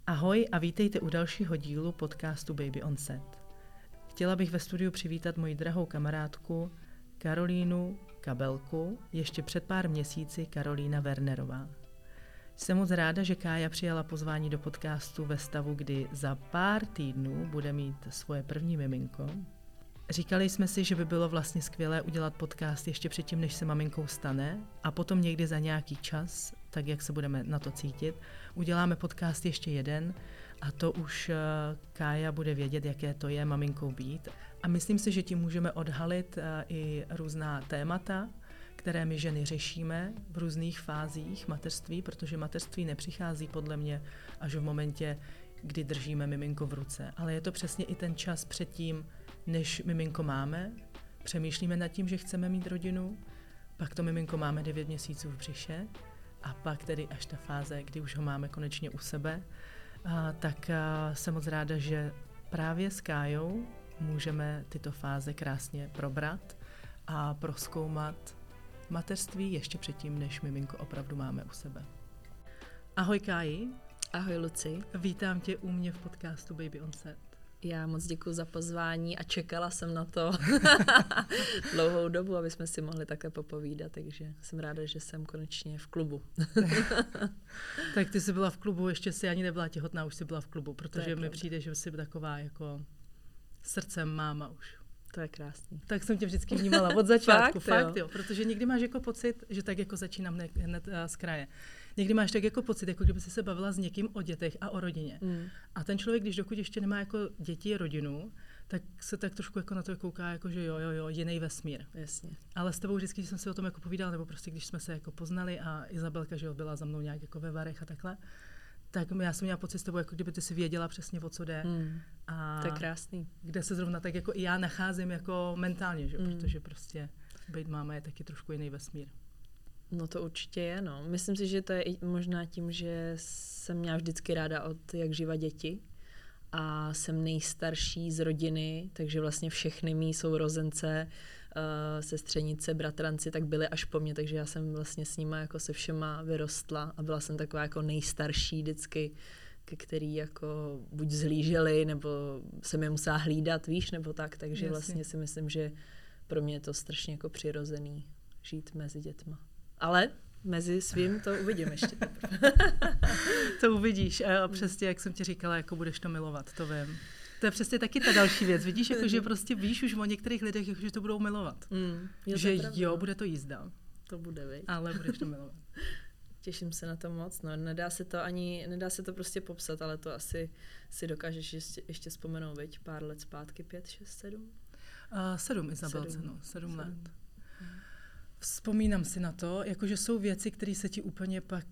Ahoj a vítejte u dalšího dílu podcastu Baby on Set. Chtěla bych ve studiu přivítat moji drahou kamarádku Karolínu Kabelku, ještě před pár měsíci Karolína Wernerová. Jsem moc ráda, že Kája přijala pozvání do podcastu ve stavu, kdy za pár týdnů bude mít svoje první miminko. Říkali jsme si, že by bylo vlastně skvělé udělat podcast ještě předtím, než se maminkou stane, a potom někdy za nějaký čas, tak jak se budeme na to cítit, uděláme podcast ještě jeden a to už Kája bude vědět, jaké to je maminkou být. A myslím si, že tím můžeme odhalit i různá témata, které my ženy řešíme v různých fázích mateřství, protože mateřství nepřichází podle mě až v momentě, kdy držíme miminko v ruce, ale je to přesně i ten čas předtím, než miminko máme, přemýšlíme nad tím, že chceme mít rodinu, pak to miminko máme 9 měsíců v břiše a pak tedy až ta fáze, kdy už ho máme konečně u sebe, tak jsem moc ráda, že právě s Kájou můžeme tyto fáze krásně probrat a prozkoumat mateřství ještě předtím, než miminko opravdu máme u sebe. Ahoj Káji. Ahoj Luci. Vítám tě u mě v podcastu Baby on Set. Já moc děkuji za pozvání a čekala jsem na to dlouhou dobu, aby jsme si mohli takhle popovídat, takže jsem ráda, že jsem konečně v klubu. Tak ty jsi byla v klubu, ještě si ani nebyla těhotná, už jsi byla v klubu, protože mi přijde, že jsi taková jako srdcem máma už. To je krásný. Tak jsem tě vždycky vnímala od začátku, fakt jo, protože někdy máš jako pocit, že tak jako začínám hned z kraje. Někdy máš tak jako pocit, jako kdyby jsi se bavila s někým o dětech a o rodině. A ten člověk, když dokud ještě nemá jako děti, rodinu, tak se tak trošku jako na to kouká, jako že jo, jiný vesmír. Jasně. Ale s tebou vždycky, když jsem si o tom jako povídala, nebo prostě když jsme se jako poznali a Izabelka, že jo, byla za mnou nějak jako ve varech a takhle, tak já jsem měla pocit s tebou, jako kdyby ty si věděla přesně, o co jde. A to je krásný. Kde se zrovna tak jako i já nacházím jako mentálně, že? Protože prostě být máma je taky trošku jiný vesmír. No to určitě je, no. Myslím si, že to je i možná tím, že jsem měla vždycky ráda od jak živa děti a jsem nejstarší z rodiny, takže vlastně všechny mý sourozence, sestřenice, bratranci, tak byli až po mně, takže já jsem vlastně s nima jako se všema vyrostla a byla jsem taková jako nejstarší vždycky, ke který jako buď zhlíželi, nebo jsem je musela hlídat, víš, nebo tak, takže Jasně. vlastně si myslím, že pro mě je to strašně jako přirozený žít mezi dětma. Ale mezi svým to uvidím ještě. To uvidíš a přesně, jak jsem ti říkala, jako budeš to milovat, to vím. To je přesně taky ta další věc, vidíš, jako, že prostě víš už o některých lidech, jako, že to budou milovat. Že jo, bude to jízda. To bude, viď? Ale budeš to milovat. Těším se na to moc, no, nedá se to prostě popsat, ale to asi si dokážeš ještě vzpomenout, viď? Pár let zpátky, 5, 6, 7? 7 Izabelce, 7 let. Vzpomínám si na to, jakože jsou věci, které se ti úplně pak,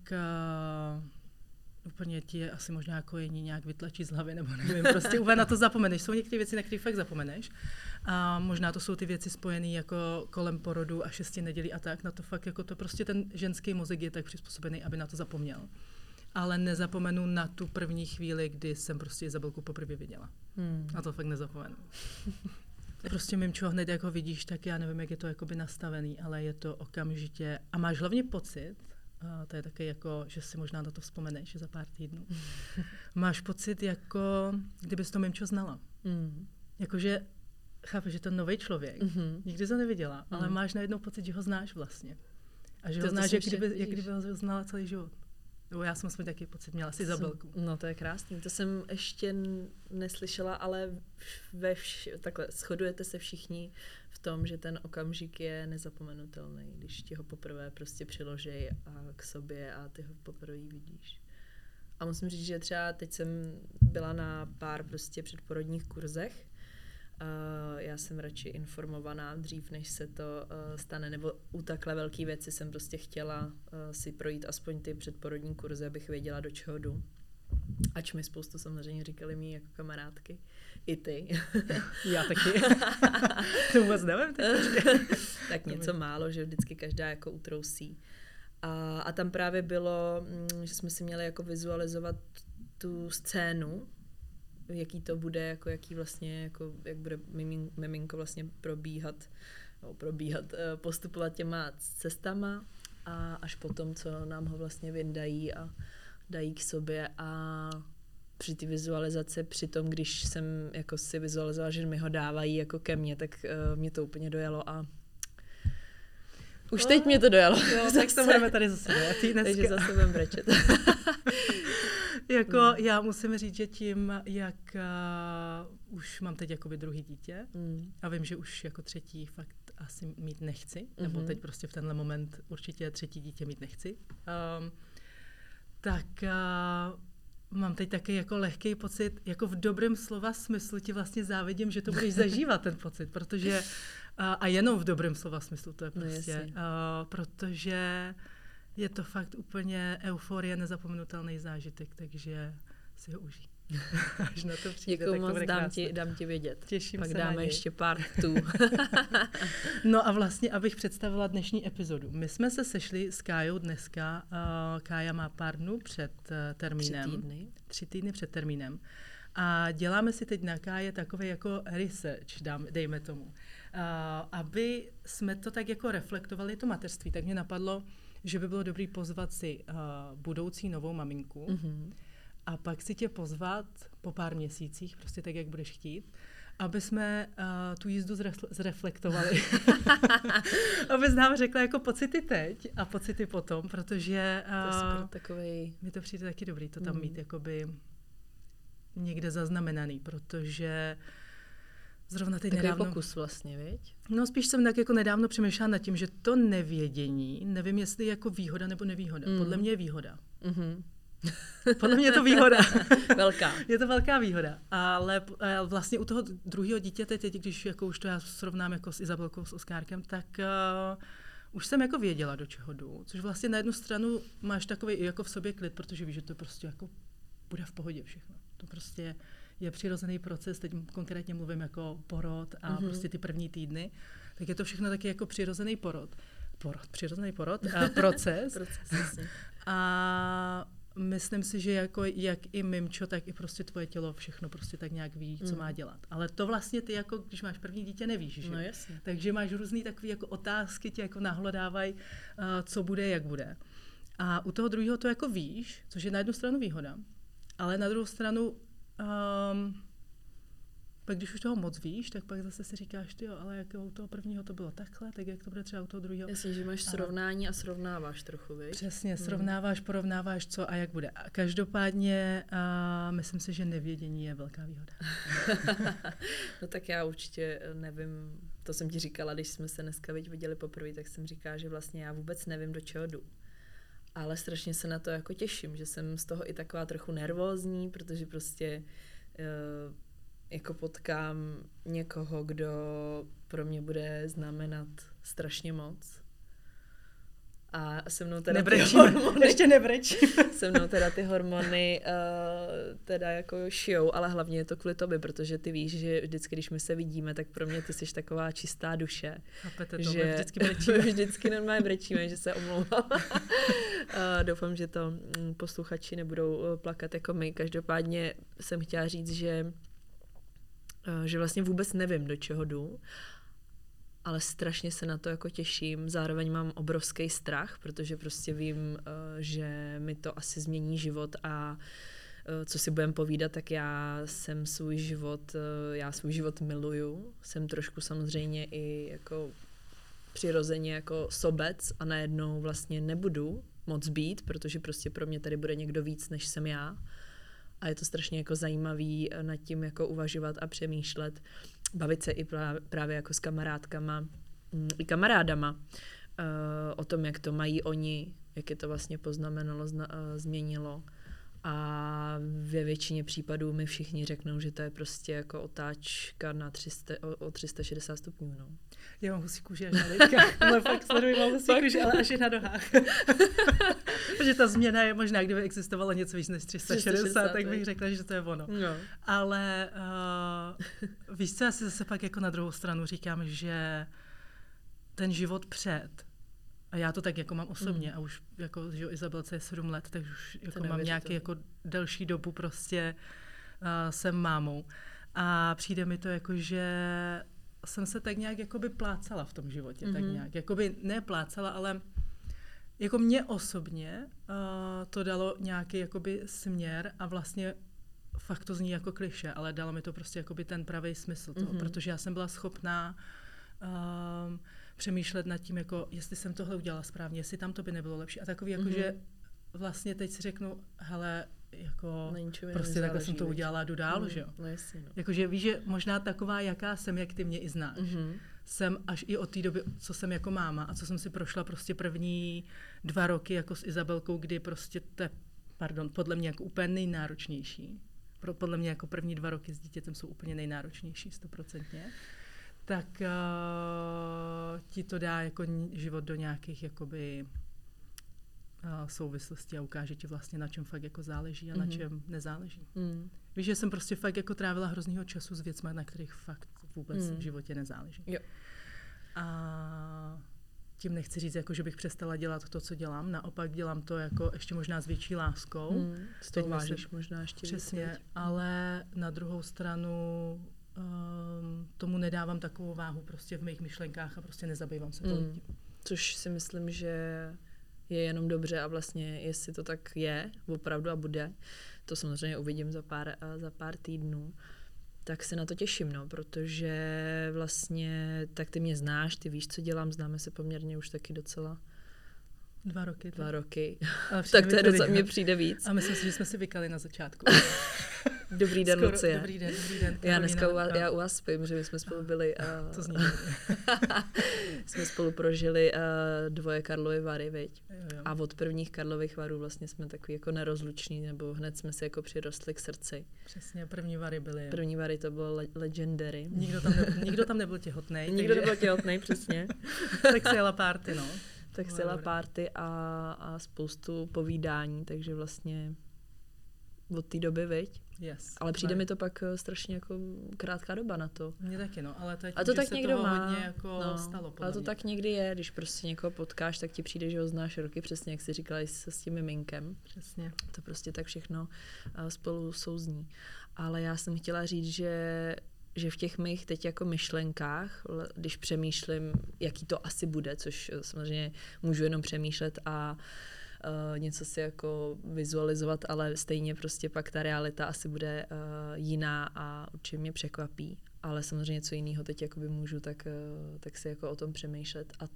úplně ti je asi možná jako jiní nějak vytlačí z hlavy, nebo nevím, prostě úplně na to zapomeneš. Jsou některé věci, na které fakt zapomeneš. A možná to jsou ty věci spojené jako kolem porodu a 6 nedělí a tak, na to fakt jako to prostě ten ženský mozek je tak přizpůsobený, aby na to zapomněl. Ale nezapomenu na tu první chvíli, kdy jsem prostě Izabelku poprvé viděla. A to fakt nezapomenu. Prostě mimčo, hned jako vidíš, tak já nevím, jak je to jakoby nastavený, ale je to okamžitě. A máš hlavně pocit, a to je taky jako, že si možná na to vzpomeneš za pár týdnů, máš pocit, jako kdybys to mimčo znala. Jakože, chápeš, že to nový člověk, nikdy to neviděla, ale máš najednou pocit, že ho znáš vlastně. A že ho znáš, jak kdyby ho znala celý život. Nebo já jsem aspoň taky pocit měla s Izabelkou. No to je krásný, to jsem ještě neslyšela, ale takhle shodujete se všichni v tom, že ten okamžik je nezapomenutelný, když ti ho poprvé prostě přiloží a k sobě a ty ho poprvé vidíš. A musím říct, že třeba teď jsem byla na pár prostě předporodních kurzech. Já jsem radši informovaná dřív, než se to stane, nebo u takhle velké věci jsem prostě chtěla si projít aspoň ty předporodní kurzy, abych věděla, do čeho jdu. Ač mi spoustu samozřejmě říkali mý jako kamarádky. I ty. Já taky. To vůbec nevím. Tak něco málo, že vždycky každá jako utrousí. A tam právě bylo, že jsme si měli jako vizualizovat tu scénu, jaký to bude, jako jaký vlastně, jako jak bude miminko vlastně postupovat těma cestama a až potom, co nám ho vlastně vyndají a dají k sobě a při ty vizualizace, při tom, když jsem jako si vizualizovala, že mi ho dávají jako ke mně, tak mě to úplně dojalo a už teď mě to dojalo. Jo, tak to budeme tady zase dojatý dneska. Takže zase budeme brečet. Jako já musím říct, že tím, jak už mám teď jakoby druhý dítě a vím, že už jako třetí fakt asi mít nechci, nebo teď prostě v tenhle moment určitě třetí dítě mít nechci, tak mám teď taky jako lehký pocit, jako v dobrém slova smyslu ti vlastně závidím, že to budeš zažívat ten pocit, protože a jenom v dobrém slova smyslu to je prostě, protože je to fakt úplně euforie, nezapomenutelný zážitek, takže si ho užij. Až na to přijde, děkuju moc, dám ti vědět. Těším Pak se dáme na něj. ještě pár ktů. No a vlastně, abych představila dnešní epizodu. My jsme se sešli s Kájou dneska. Kája má pár dnů před termínem. 3 týdny před termínem. A děláme si teď na Káje takový jako research, dejme tomu. Aby jsme to tak jako reflektovali, to mateřství, tak mě napadlo, že by bylo dobré pozvat si budoucí novou maminku a pak si tě pozvat po pár měsících, prostě tak, jak budeš chtít, aby jsme tu jízdu zreflektovali. Aby nám řekla jako pocity teď a pocity potom, protože mi to přijde taky dobrý to tam mít jakoby někde zaznamenaný, protože zrovna teď takový nedávno... pokus vlastně, viď? No spíš jsem tak jako nedávno přemýšlela nad tím, že to nevědění, nevím, jestli jako výhoda nebo nevýhoda. Podle mě je výhoda. Podle mě je to výhoda. Velká. Je to velká výhoda. Ale vlastně u toho druhého dítěte, teď, když jako už to já srovnám jako s Izabelkou, s Oskárkem, tak už jsem jako věděla, do čeho jdu. Což vlastně na jednu stranu máš takový jako v sobě klid, protože víš, že to prostě jako bude v pohodě všechno. To prostě je přirozený proces, teď konkrétně mluvím jako porod a prostě ty první týdny, tak je to všechno taky jako přirozený přirozený porod a proces. A myslím si, že jako jak i mimčo, tak i prostě tvoje tělo všechno prostě tak nějak ví, co má dělat. Ale to vlastně ty jako, když máš první dítě, nevíš, že? No jasně. Takže máš různý takový jako otázky, tě jako nahlodávají, co bude, jak bude. A u toho druhého to jako víš, což je na jednu stranu výhoda, ale na druhou stranu pak když už toho moc víš, tak pak zase si říkáš, tyjo, ale jak u toho prvního to bylo takhle, tak jak to bude třeba u toho druhého. Jasně, že máš srovnání a srovnáváš trochu, viď? Přesně, srovnáváš, porovnáváš co a jak bude. A každopádně myslím si, že nevědění je velká výhoda. No tak já určitě nevím, to jsem ti říkala, když jsme se dneska viděli poprvé, tak jsem říkala, že vlastně já vůbec nevím, do čeho jdu. Ale strašně se na to jako těším, že jsem z toho i taková trochu nervózní, protože prostě jako potkám někoho, kdo pro mě bude znamenat strašně moc. A se mnou teda ty hormony... Ještě nebrečím. Se mnou teda ty hormony teda jako šijou, ale hlavně je to kvůli tobě, protože ty víš, že vždycky, když my se vidíme, tak pro mě ty jsi taková čistá duše. Chápete to, že vždycky brečíme. Vždycky normálně brečíme, že se omlouvám. Doufám, že to posluchači nebudou plakat jako my. Každopádně jsem chtěla říct, že vlastně vůbec nevím, do čeho jdu, ale strašně se na to jako těším. Zároveň mám obrovský strach, protože prostě vím, že mi to asi změní život a co si budem povídat, tak já svůj život miluju. Jsem trošku samozřejmě i jako přirozeně jako sobec a najednou vlastně nebudu moc být, protože prostě pro mě tady bude někdo víc, než jsem já. A je to strašně jako zajímavý nad tím jako uvažovat a přemýšlet. Bavit se i právě jako s kamarádkama i kamarádama o tom, jak to mají oni, jak je to vlastně poznamenalo, změnilo. A ve většině případů mi všichni řeknou, že to je prostě jako otáčka na 360 stupňů. No. Já mám husí kůži až na lidkách, ale fakt sleduji, mám husí kůži, ale až i na nohách. Protože ta změna je možná, kdyby existovalo něco víc než 360, tak bych řekla, že to je ono. No. Ale víš co, já si zase pak jako na druhou stranu říkám, že ten život před, a já to tak jako mám osobně a už jako, že Izabelce je 7 let, takže už jako mám nějaký jako delší dobu prostě jsem mámou. A přijde mi to jako, že jsem se tak nějak jakoby plácala v tom životě, tak nějak. Jakoby ne plácala, ale jako mě osobně to dalo nějaký jakoby směr a vlastně fakt to zní jako klišé, ale dalo mi to prostě jakoby ten pravý smysl toho, protože já jsem byla schopná přemýšlet nad tím, jako jestli jsem tohle udělala správně, jestli tam to by nebylo lepší. A takový, jako že vlastně teď si řeknu, hele, jako prostě takhle jsem to udělala, jdu dál, že jo. No jasně, no. Jakože víš, že možná taková, jaká jsem, jak ty mě i znáš. Jsem až i od té doby, co jsem jako máma a co jsem si prošla prostě první 2 roky jako s Izabelkou, kdy prostě podle mě jako úplně nejnáročnější. Podle mě jako první 2 roky s dítětem jsou úplně nejnáročnější, 100%. Tak ti to dá jako život do nějakých jakoby souvislostí a ukáže ti vlastně, na čem fakt jako záleží a na čem nezáleží. Víš, že jsem prostě fakt jako trávila hroznýho času s věcmi, na kterých fakt vůbec v životě nezáleží. Jo. A tím nechci říct, jako, že bych přestala dělat to, co dělám. Naopak dělám to jako ještě možná s větší láskou. Z toho vážeš možná ještě přesně, víc. Ale na druhou stranu tomu nedávám takovou váhu prostě v mých myšlenkách a prostě nezabývám se tolik tím. Což si myslím, že je jenom dobře a vlastně jestli to tak je opravdu a bude, to samozřejmě uvidím za pár týdnů, tak se na to těším, no, protože vlastně tak ty mě znáš, ty víš, co dělám, známe se poměrně už taky docela 2 roky. 2 roky. Tak to je docela, mně přijde víc. A myslím si, že jsme si vykali na začátku. Dobrý den, Lucie. Dobrý den. Já dneska já u vás spím, že my jsme spolu byli to zní jsme spolu prožili 2 Karlovy Vary, viď? Jo. A od prvních Karlových Varů vlastně jsme takový jako nerozluční, nebo hned jsme si jako přirostli k srdci. Přesně, první Vary byly. První Vary to bylo legendary. Nikdo tam nebyl těhotnej. Nikdo nebyl těhotnej, přesně. Tak se jela party, no. Tak se jela party a spoustu povídání, takže vlastně od té doby, viď? Yes. Ale přijde mi to pak strašně jako krátká doba na to. Mně taky, no, ale to je tím, a to že tak se někdo toho má. hodně jako stalo. Ale to tak někdy je, když prostě někoho potkáš, tak ti přijde, že ho znáš roky, přesně jak jsi říkala se s tím miminkem. Přesně. To prostě tak všechno spolu souzní. Ale já jsem chtěla říct, že v těch mých teď jako myšlenkách, když přemýšlím, jaký to asi bude, což samozřejmě můžu jenom přemýšlet a něco si jako vizualizovat, ale stejně prostě pak ta realita asi bude jiná a určitě mě překvapí. Ale samozřejmě něco jiného teď jakoby můžu, tak si jako o tom přemýšlet. A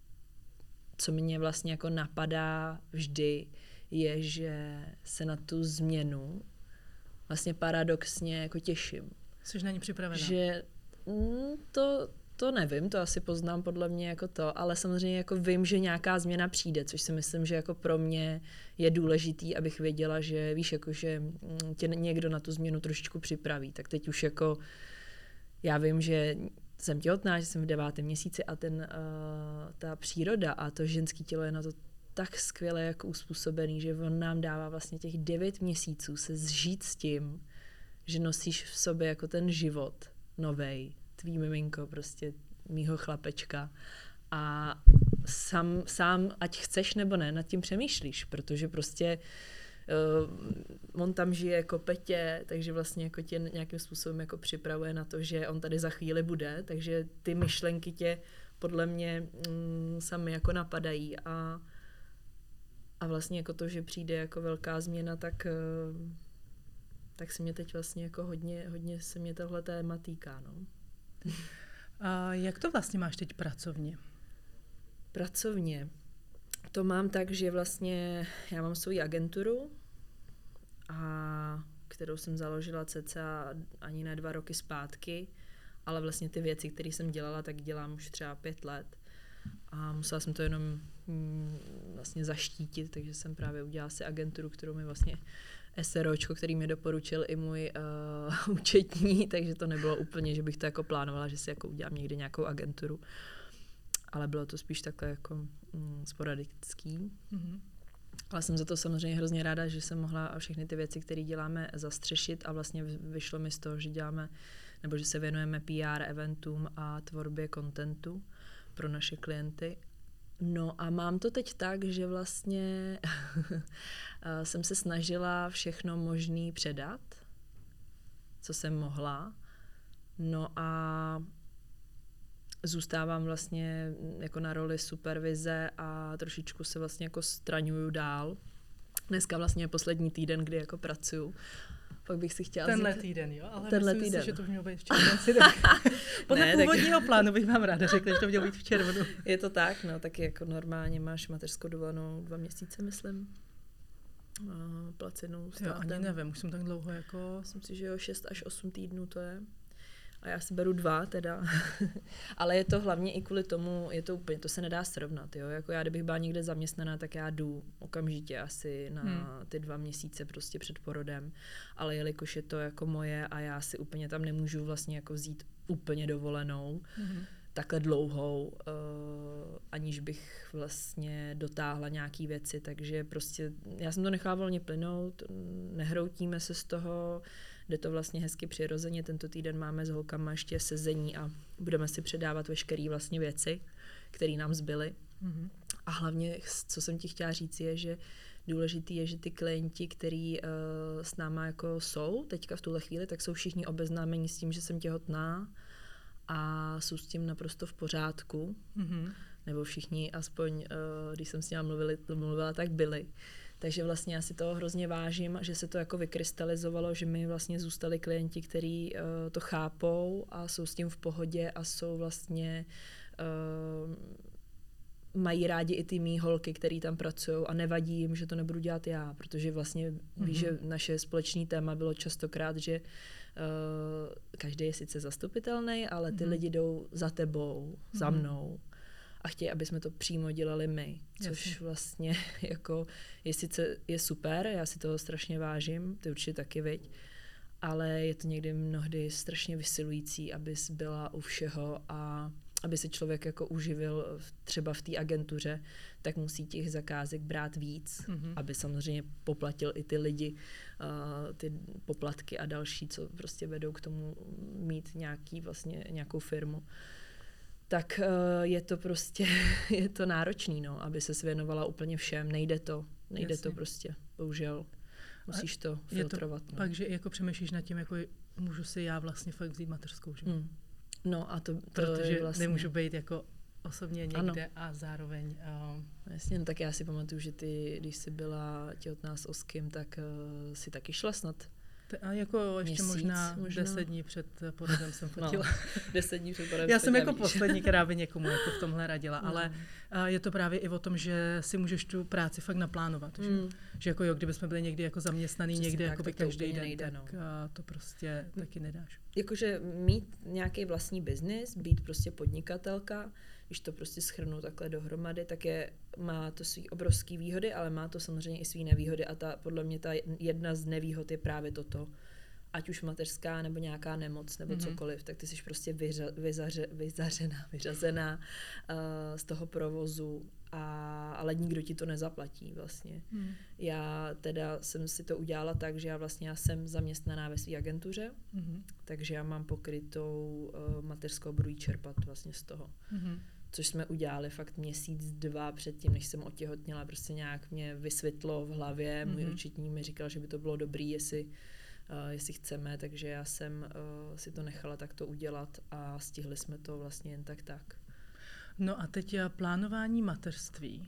co mě vlastně jako napadá vždy, je, že se na tu změnu vlastně paradoxně jako těším. Jsi na ní připravená? Že to nevím, to asi poznám podle mě jako to, ale samozřejmě jako vím, že nějaká změna přijde, což si myslím, že jako pro mě je důležitý, abych věděla, že víš, jako že tě někdo na tu změnu trošičku připraví. Tak teď už jako já vím, že jsem těhotná, že jsem v 9. měsíci a ta příroda a to ženské tělo je na to tak skvěle jako uspůsobený, že on nám dává vlastně těch 9 měsíců se zžít s tím, že nosíš v sobě jako ten život novej, tvý miminko, prostě mýho chlapečka a sám, ať chceš nebo ne, nad tím přemýšlíš, protože prostě on tam žije jako Petě, takže vlastně jako tě nějakým způsobem jako připravuje na to, že on tady za chvíli bude, takže ty myšlenky tě podle mě sami jako napadají a vlastně jako to, že přijde jako velká změna, tak se mě teď vlastně jako hodně se mě tohle téma týká, no. A jak to vlastně máš teď pracovně? Pracovně. To mám tak, že vlastně já mám svou agenturu, kterou jsem založila cca ani ne 2 roky zpátky, ale vlastně ty věci, které jsem dělala, tak dělám už třeba 5 let. A musela jsem to jenom vlastně zaštítit, takže jsem právě udělala si agenturu, kterou mi vlastně SROčko, který mi doporučil i můj účetní, takže to nebylo úplně, že bych to jako plánovala, že si jako udělám někdy nějakou agenturu. Ale bylo to spíš takhle jako sporadický. Mm-hmm. Ale jsem za to samozřejmě hrozně ráda, že jsem mohla všechny ty věci, které děláme, zastřešit a vlastně vyšlo mi z toho, že děláme, nebo že se věnujeme PR eventům a tvorbě contentu pro naše klienty. No a mám to teď tak, že vlastně jsem se snažila všechno možný předat, co jsem mohla. No a zůstávám vlastně jako na roli supervize a trošičku se vlastně jako straňuju dál. Dneska vlastně je poslední týden, kdy jako pracuju. Pak bych si chtěla Tenhle týden, jo? Ale tenhle myslím týden. si, že to už mělo být v červenci. Tak podle původního plánu bych vám ráda řekla, že to mělo být v červnu. Je to tak, no, taky jako normálně máš mateřskou dovolenou 2 měsíce, myslím. Placenou státem. Ani nevím, už jsem tak dlouho jako... Myslím si, že jo, 6 až 8 týdnů to je. A já si beru 2 teda. Ale je to hlavně i kvůli tomu, je to úplně, to se nedá srovnat, jo. Jako já, kdybych byla někde zaměstnaná, tak já jdu okamžitě asi na ty 2 měsíce prostě před porodem. Ale jelikož je to jako moje a já si úplně tam nemůžu vlastně jako vzít úplně dovolenou, takhle dlouhou, aniž bych vlastně dotáhla nějaký věci, takže prostě já jsem to nechala volně plynout, nehroutíme se z toho, jde to vlastně hezky přirozeně, tento týden máme s holkama ještě sezení a budeme si předávat veškeré vlastně věci, které nám zbyly. A hlavně, co jsem ti chtěla říct, je, že důležitý je, že ty klienti, který s náma jako jsou teďka v tuhle chvíli, tak jsou všichni obeznámeni s tím, že jsem těhotná, a jsou s tím naprosto v pořádku, nebo všichni, aspoň když jsem s nimi mluvila, tak byli. Takže vlastně já si toho hrozně vážím, že se to jako vykrystalizovalo, že mi vlastně zůstali klienti, kteří to chápou a jsou s tím v pohodě a jsou vlastně mají rádi i ty mý holky, který tam pracují a nevadí jim, že to nebudu dělat já, protože vlastně víš, že naše společné téma bylo častokrát, že každý je sice zastupitelný, ale ty lidi jdou za tebou, za mnou a chtějí, aby jsme to přímo dělali my, což vlastně jako je super, já si toho strašně vážím, ty určitě taky, viď, ale je to někdy mnohdy strašně vysilující, abys byla u všeho a aby se člověk jako uživil třeba v té agentuře, tak musí těch zakázek brát víc, aby samozřejmě poplatil i ty lidi, ty poplatky a další, co prostě vedou k tomu mít nějakou firmu. Tak je to prostě, je to náročný, no, aby se věnovala úplně všem. Nejde to prostě, bohužel. Musíš to filtrovat. Je to pak, že jako přemýšlíš nad tím, jako můžu si já vlastně fakt vzít mateřskou, že? No a to protože je vlastně... nemůžu být jako osobně někde a zároveň... Jasně, no tak já si pamatuju, že ty, když jsi byla těhotná s Oskim, tak si taky šla snad. A jako ještě možná 10 dní před porodem jsem fotila. 10 dní před porodem. Já jsem jako poslední, která by někomu jako v tomhle radila, ale je to právě i o tom, že si můžeš tu práci fakt naplánovat. Že jako jo, kdybychom byli někdy jako zaměstnaný někde jako by každý den, nejde, tak to prostě taky nedáš. Jakože mít nějaký vlastní biznis, být prostě podnikatelka, když to prostě shrnu takhle dohromady, tak má to svý obrovský výhody, ale má to samozřejmě i svý nevýhody a podle mě ta jedna z nevýhod je právě toto. Ať už mateřská nebo nějaká nemoc nebo cokoliv, tak ty jsi prostě vyřazená z toho provozu, ale nikdo ti to nezaplatí vlastně. Já teda jsem si to udělala tak, že já jsem zaměstnaná ve své agentuře, takže já mám pokrytou mateřskou, budu jí čerpat vlastně z toho. Což jsme udělali fakt 1-2 měsíce předtím, než jsem otěhotněla, prostě nějak mě vysvětlo v hlavě, můj účetní mi říkal, že by to bylo dobrý, jestli chceme, takže já jsem si to nechala takto udělat a stihli jsme to vlastně jen tak. No a teď plánování mateřství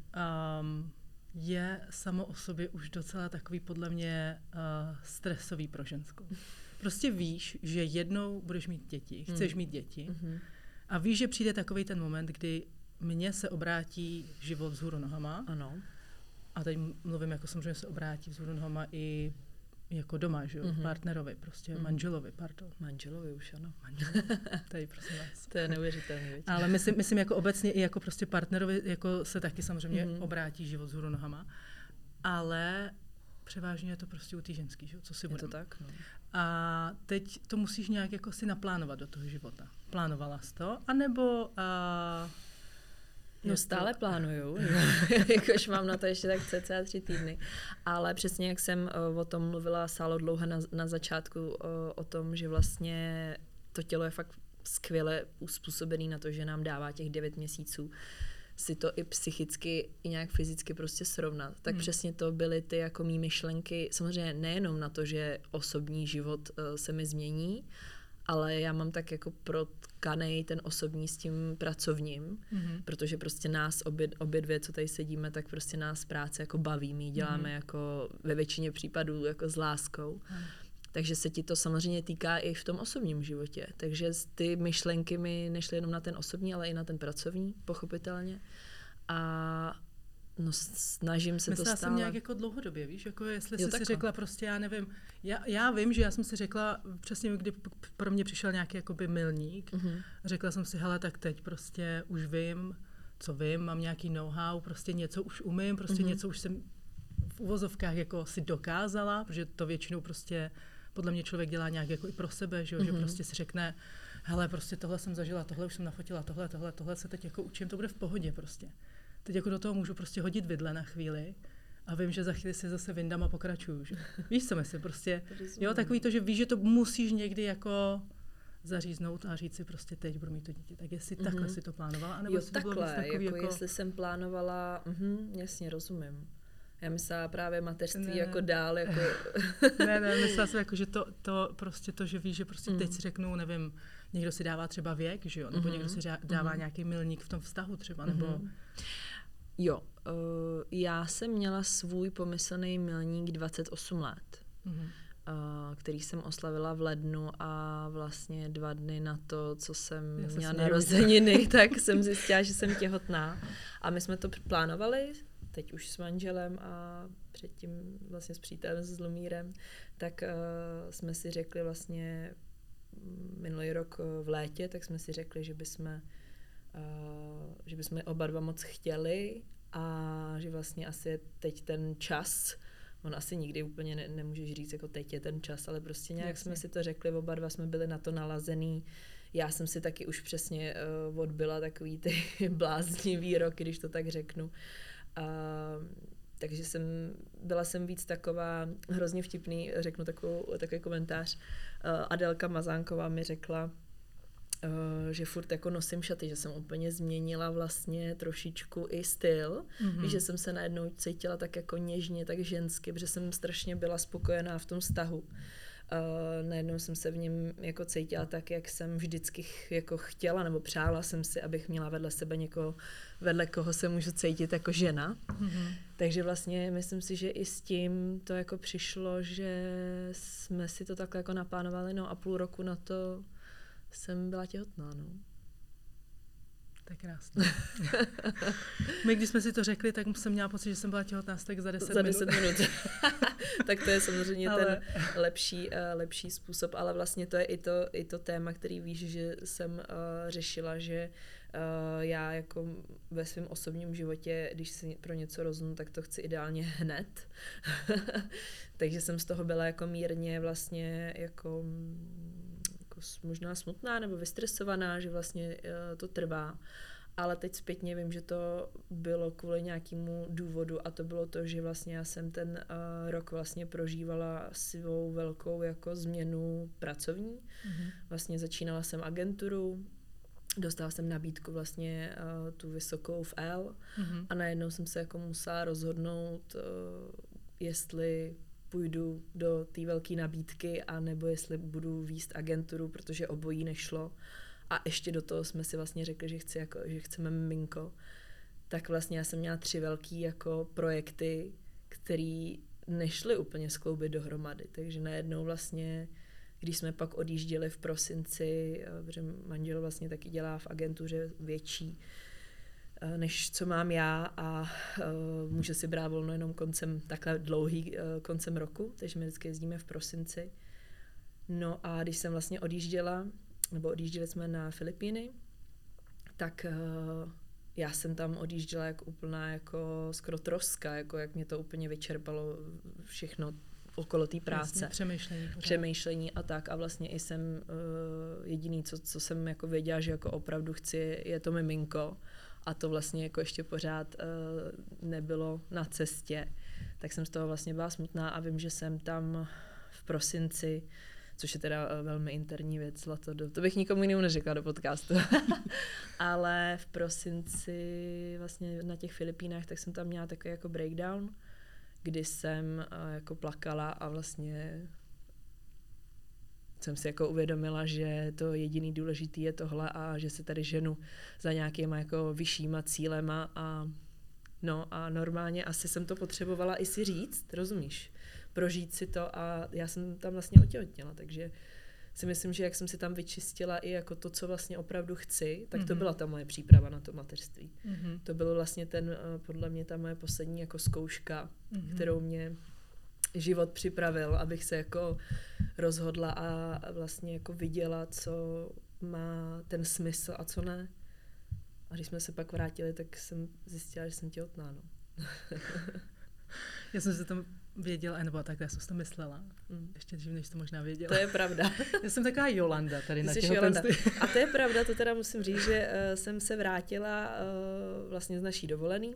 je samo o sobě už docela takový podle mě stresový pro ženskou. Prostě víš, že jednou budeš mít děti, chceš mít děti a víš, že přijde takový ten moment, kdy mně se obrátí život vzhůru nohama. Ano. A teď mluvím, jako samozřejmě se obrátí vzhůru nohama i jako doma, že jo, partnerovi, prostě manželovi, pardon. Manželovi už, ano. Tady prosím vás. To je neuvěřitelný. Ale myslím jako obecně i jako prostě partnerovi jako se taky samozřejmě obrátí život vzhůru nohama, ale převážně je to prostě u té ženský, že? Co si budeme. Je to tak, no. A teď to musíš nějak jako si naplánovat do toho života. Plánovala jsi to? A nebo... No stále plánuju, jakož mám na to ještě tak cca 3 týdny, ale přesně jak jsem o tom mluvila sálo dlouho na začátku, o tom, že vlastně to tělo je fakt skvěle uspůsobený na to, že nám dává těch 9 měsíců si to i psychicky, i nějak fyzicky prostě srovnat. Tak přesně to byly ty jako mý myšlenky, samozřejmě nejenom na to, že osobní život se mi změní, ale já mám tak jako protkanej ten osobní s tím pracovním, protože prostě nás obě dvě, co tady sedíme, tak prostě nás práce jako baví, my ji děláme jako ve většině případů jako s láskou. Takže se ti to samozřejmě týká i v tom osobním životě. Takže ty myšlenky mi nešly jenom na ten osobní, ale i na ten pracovní, pochopitelně. A no, snažím se to stále. Myslela jsem nějak jako dlouhodobě, víš, jako jestli jsi si řekla prostě, já nevím, já vím, že já jsem si řekla přesně, kdy pro mě přišel nějaký jakoby milník, řekla jsem si, hele, tak teď prostě už vím, co vím, mám nějaký know-how, prostě něco už umím, prostě něco už jsem v uvozovkách jako si dokázala, protože to většinou prostě podle mě člověk dělá nějak jako i pro sebe, že prostě si řekne, hele, prostě tohle jsem zažila, tohle už jsem nafotila, tohle se teď jako učím, to bude v pohodě prostě. Teď jako do toho můžu prostě hodit vidle na chvíli a vím, že za chvíli si zase vyndám a pokračuju. Že? Víš, co myslím, prostě, jo, takový to, že víš, že to musíš někdy jako zaříznout a říct si prostě teď budu mít to dítě. Tak jestli takhle si to plánovala, anebo jo, jestli takhle, to bylo takový jako jestli jsem plánovala, jasně, rozumím. Já myslela právě mateřství jako dál, jako... ne, myslela jsem jako, že to prostě to, že víš, že prostě teď si řeknu, nevím, někdo si dává třeba věk, že jo, nebo někdo si dává nějaký milník v tom vztahu třeba, nebo... Jo, já jsem měla svůj pomyslný milník 28 let, který jsem oslavila v lednu a vlastně 2 dny na to, co jsem měla narozeniny, tak jsem zjistila, že jsem těhotná. A my jsme to plánovali, teď už s manželem a předtím vlastně s přítelem, s Zlomírem, tak jsme si řekli vlastně minulý rok v létě, tak jsme si řekli, že bychom oba dva moc chtěli a že vlastně asi je teď ten čas. On asi nikdy úplně nemůžeš říct, jako teď je ten čas, ale prostě nějak jsme si to řekli, oba dva jsme byli na to nalazený. Já jsem si taky už přesně odbyla takový ty bláznivý roky, když to tak řeknu. Takže byla jsem víc taková, hrozně vtipný, řeknu takový komentář. Adelka Mazánková mi řekla, že furt jako nosím šaty, že jsem úplně změnila vlastně trošičku i styl, že jsem se najednou cítila tak jako něžně, tak žensky, protože jsem strašně byla spokojená v tom vztahu. Najednou jsem se v něm jako cítila tak, jak jsem vždycky jako chtěla, nebo přála jsem si, abych měla vedle sebe někoho, vedle koho se můžu cítit jako žena. Takže vlastně myslím si, že i s tím to jako přišlo, že jsme si to takhle jako naplánovali, no a půl roku na to jsem byla těhotná, no. To je krásné. My, když jsme si to řekli, tak jsem měla pocit, že jsem byla těhotná tak za 10 minut. Tak to je samozřejmě ten lepší způsob, ale vlastně to je i to téma, který víš, že jsem řešila, že já jako ve svém osobním životě, když si pro něco rozhodnu, tak to chci ideálně hned. Takže jsem z toho byla jako mírně vlastně jako možná smutná nebo vystresovaná, že vlastně to trvá. Ale teď zpětně vím, že to bylo kvůli nějakému důvodu a to bylo to, že vlastně já jsem ten rok vlastně prožívala svou velkou jako změnu pracovní. Vlastně začínala jsem agenturu, dostala jsem nabídku vlastně tu vysokou v L a najednou jsem se jako musela rozhodnout, jestli půjdu do té velké nabídky a nebo jestli budu vést agenturu, protože obojí nešlo. A ještě do toho jsme si vlastně řekli, že chceme miminko. Tak vlastně já jsem měla 3 velký jako projekty, které nešly úplně skloubit dohromady. Takže najednou vlastně, když jsme pak odjížděli v prosinci, protože manžel vlastně taky dělá v agentuře větší, než co mám já a může si brát volno jenom takhle dlouhý koncem roku, takže my vždycky jezdíme v prosinci. No a když jsem vlastně odjížděli jsme na Filipíny, tak já jsem tam odjížděla jako úplná jako skoro troska, jako jak mě to úplně vyčerpalo všechno okolo té práce. Přemýšlení a tak. A vlastně i jsem jediný, co jsem jako věděla, že jako opravdu chci, je to miminko. A to vlastně jako ještě pořád nebylo na cestě. Tak jsem z toho vlastně byla smutná a vím, že jsem tam v prosinci, což je teda velmi interní věc, Zlato, to bych nikomu jinému neřekla do podcastu. Ale v prosinci vlastně na těch Filipínách, tak jsem tam měla takový jako breakdown, kdy jsem jako plakala a vlastně jsem si jako uvědomila, že to jediný důležitý je tohle a že se tady ženu za nějakýma jako vyššíma cílema a normálně asi jsem to potřebovala i si říct, rozumíš? Prožít si to a já jsem tam vlastně otěhotněla, takže si myslím, že jak jsem si tam vyčistila i jako to, co vlastně opravdu chci, tak to byla ta moje příprava na to mateřství. To bylo vlastně podle mě ta moje poslední jako zkouška, kterou mě život připravil, abych se jako rozhodla a vlastně jako viděla, co má ten smysl a co ne. A když jsme se pak vrátili, tak jsem zjistila, že jsem těhotná, no. Já jsem si to věděla, nebo tak, já jsem si to myslela. Ještě dřív, než to možná věděla. To je pravda. Já jsem taková Jolanda tady na těhotenství. A to je pravda, to teda musím říct, že jsem se vrátila vlastně z naší dovolený.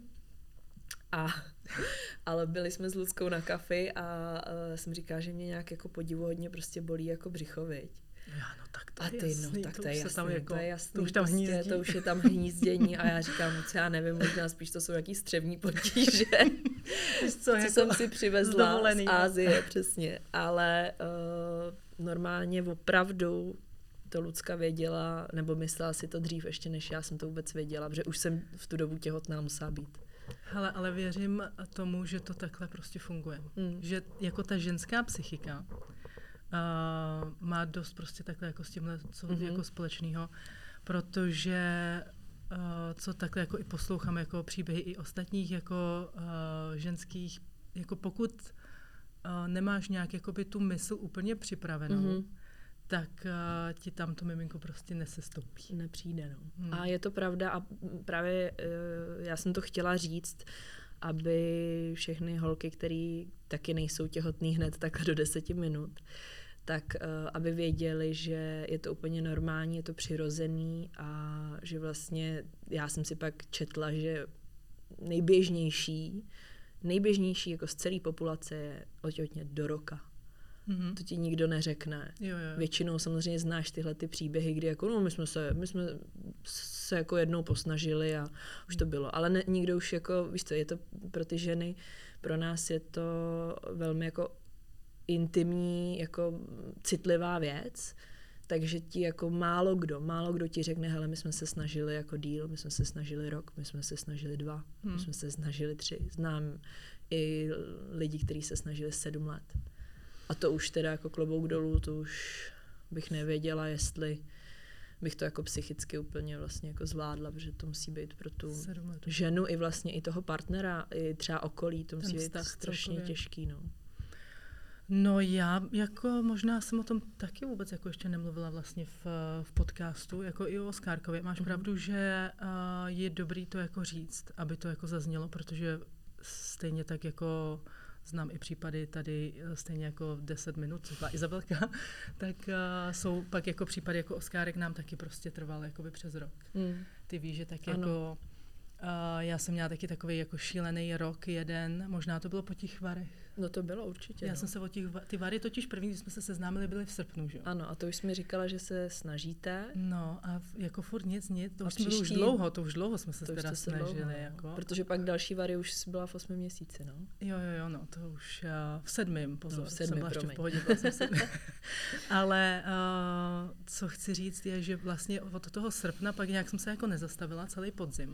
Ale byli jsme s Luckou na kafi a jsem říkala, že mě nějak jako podivuhodně prostě bolí jako břicho, viď? Já, no tak to je jasný. Tak to je jasný, to už tam hnízdí. To už je tam hnízdění a já říkám, moc já nevím, možná spíš to jsou jaký střevní potíže, co jako jsem si přivezla z Ázie, přesně. Ale normálně opravdu to Lucka věděla, nebo myslela si to dřív ještě, než já jsem to vůbec věděla, protože už jsem v tu dobu těhotná musela být. Hele, ale věřím tomu, že to takhle prostě funguje. Že jako ta ženská psychika má dost prostě takhle jako s tímhle jako společného, protože co takhle jako i poslouchám jako příběhy i ostatních jako ženských, jako pokud nemáš nějak jakoby tu mysl úplně připravenou, tak ti tam to miminko prostě nesestoupí. Nepřijde, no. A je to pravda a právě já jsem to chtěla říct, aby všechny holky, které taky nejsou těhotný hned takhle do 10 minut, tak aby věděli, že je to úplně normální, je to přirozený a že vlastně já jsem si pak četla, že nejběžnější jako z celé populace je otěhotnět do roka. To ti nikdo neřekne. Jo. Většinou samozřejmě znáš tyhle ty příběhy, kdy jako, no, my jsme se jako jednou posnažili a už to bylo. Ale nikdo už jako, víš co, je to pro ty ženy, pro nás je to velmi jako intimní, jako citlivá věc, takže ti jako málo kdo ti řekne, hele, my jsme se snažili jako díl, my jsme se snažili rok, my jsme se snažili 2, my jsme se snažili 3. Znám i lidi, kteří se snažili 7 let. A to už teda jako klobouk dolů, to už bych nevěděla, jestli bych to jako psychicky úplně vlastně jako zvládla, protože to musí být pro tu ženu i vlastně i toho partnera, i třeba okolí, to musí být strašně těžký, no. No já jako možná jsem o tom taky vůbec jako ještě nemluvila vlastně v podcastu, jako i o Oskárkovi. Máš pravdu, že je dobrý to jako říct, aby to jako zaznělo, protože stejně tak jako znám i případy tady stejně jako 10 minut, co byla Izabelka, tak jsou pak jako případy jako Oskárek nám taky prostě trval jakoby přes rok. Ty víš, že tak jako já jsem měla taky takový jako šílený rok jeden, možná to bylo po těch varech. No to bylo určitě. Já jsem se ty vary totiž první, když jsme se seznámili, byly v srpnu, že jo? Ano, a to už jsi mi říkala, že se snažíte. No a jako furt nic, to už bylo už dlouho jsme se teda snažili. Jako. Protože pak další vary už byla v 8 měsíci, no. Jo, no, to už v 7, pozor, no, jsem byla ještě v pohodě, byla jsem 7. Ale co chci říct je, že vlastně od toho srpna pak nějak jsem se jako nezastavila celý podzim.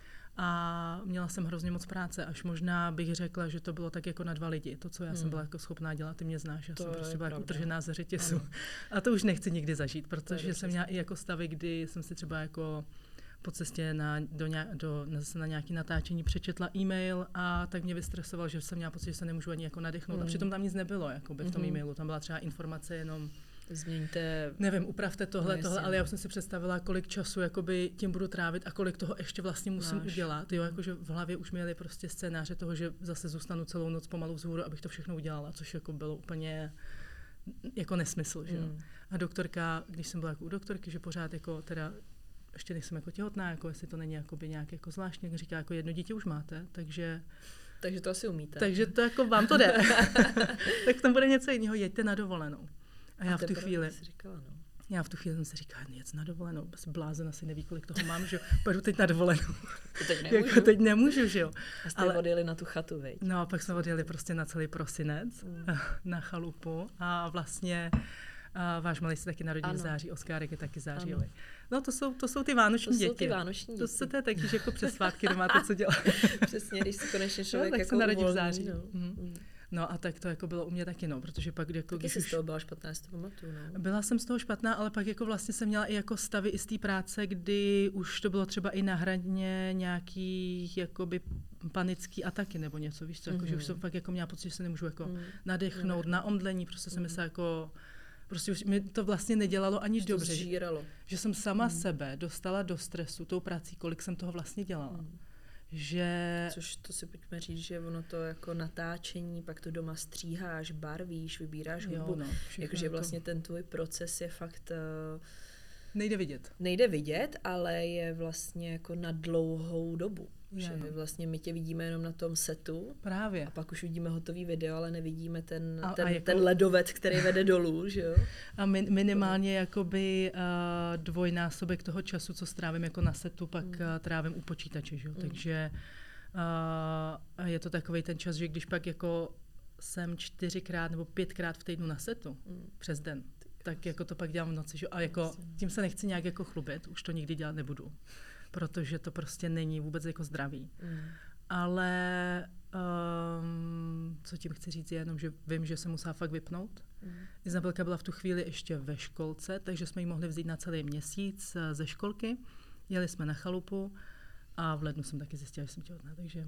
A měla jsem hrozně moc práce, až možná bych řekla, že to bylo tak jako na 2 lidi. To, co já jsem byla jako schopná dělat, ty mě znáš, já jsem prostě byla jako utržená ze řetězu. A to už nechci nikdy zažít, protože jsem měla i jako stavy, kdy jsem si třeba jako po cestě na nějaké natáčení přečetla e-mail a tak mě vystresoval, že jsem měla pocit, že se nemůžu ani jako nadechnout. A přitom tam nic nebylo jakoby v tom e-mailu, tam byla třeba informace jenom změňte, nevím, upravte tohle, ale já už jsem si představila, kolik času jakoby tím budu trávit a kolik toho ještě vlastně musím udělat. Jo, jakože v hlavě už měli prostě scénáře toho, že zase zůstanu celou noc pomalu vzhůru, abych to všechno udělala, což jako bylo úplně jako nesmysl, že jo. A doktorka, když jsem byla jako u doktorky, že pořád jako teda ještě nejsem jako těhotná, jako jestli to není jakoby nějak jako zvláštně, říká, jako 1 dítě už máte, takže to asi umíte. Takže to jako vám to jde. Tak tam bude něco jiného, jeďte na dovolenou. A já v tu chvíli jsem si říkala, jet na dovolenou, bez blázen asi neví, kolik toho mám, že půjdu teď na dovolenou. Teď nemůžu, že jo. A jste odjeli na tu chatu, viď? No, pak jsme odjeli prostě na celý prosinec, na chalupu a vlastně A váš malý se taky narodil v Ano. září, Oskárek je taky zářijový. Ano. No to jsou ty vánoční děti. To jsou ty vánoční děti. To je taky, že jako přes svátky nemáte co dělat. Přesně, když se konečně člověk tak jako se narodí v uvolní, září. no. No a tak to jako bylo u mě taky, no, protože pak jako... Taky jsi z toho byla špatná, já si to pamatuju, no. Byla jsem z toho špatná, ale pak jako vlastně jsem měla i jako stavy i z té práce, kdy už to bylo třeba i na hraně nějakých jakoby panický ataky nebo něco, víš co, jako, že už jsem fakt jako měla pocit, že se nemůžu jako nadechnout na omdlení, prostě jsem myslela jako... Prostě už mi to vlastně nedělalo ani dobře. Že jsem sama sebe dostala do stresu tou prací, kolik jsem toho vlastně dělala. Že... Což to si pojďme říct, že ono to jako natáčení, pak to doma stříháš, barvíš, vybíráš hudbu. No, jakože vlastně ten tvůj proces je fakt... Nejde vidět, ale je vlastně jako na dlouhou dobu. Že vlastně my tě vidíme jenom na tom setu. Právě. A pak už vidíme hotový video, ale nevidíme ten jako... ten ledovec, který vede dolů, že jo? A minimálně jakoby dvojnásobek toho času, co strávím jako na setu, pak trávím u počítače, že jo? Takže je to takovej ten čas, že když pak jako jsem 4x nebo 5x v týdnu na setu přes den, tak jako to pak dělám v noci, že? A jako tím se nechci nějak jako chlubit, už to nikdy dělat nebudu, protože to prostě není vůbec jako zdravý. Ale co tím chci říct je jenom, že vím, že se musela fakt vypnout. Izabelka byla v tu chvíli ještě ve školce, takže jsme ji mohli vzít na celý měsíc ze školky. Jeli jsme na chalupu a v lednu jsem taky zjistila, že jsem těhotná, takže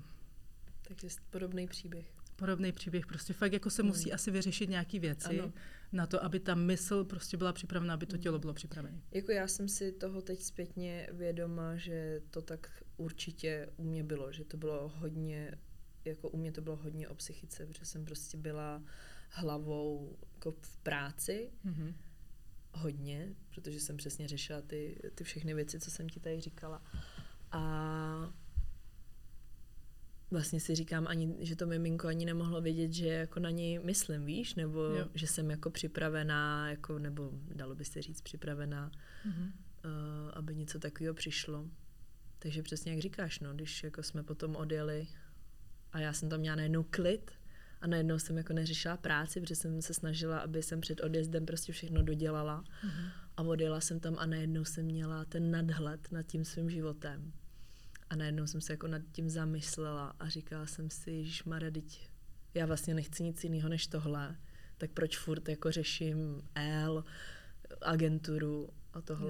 podobný příběh, prostě fakt jako se musí asi vyřešit nějaký věci na to, aby ta mysl prostě byla připravena, aby to tělo bylo připravené. Jako já jsem si toho teď zpětně vědoma, že to tak určitě u mě bylo, že to bylo hodně, jako u mě to bylo hodně o psychice, protože jsem prostě byla hlavou jako v práci, hodně, protože jsem přesně řešila ty všechny věci, co jsem ti tady říkala. A vlastně si říkám, že to miminko ani nemohlo vědět, že jako na něj myslím, víš, nebo že jsem jako připravená, jako, nebo dalo by se říct připravená, aby něco takového přišlo. Takže přesně jak říkáš, no, když jako jsme potom odjeli a já jsem tam měla najednou klid a najednou jsem jako neřešila práci, protože jsem se snažila, aby jsem před odjezdem prostě všechno dodělala a odjela jsem tam a najednou jsem měla ten nadhled nad tím svým životem. A najednou jsem se jako nad tím zamyslela a říkala jsem si, ježišmarja, teď já vlastně nechci nic jiného než tohle, tak proč furt jako řeším agenturu a tohle.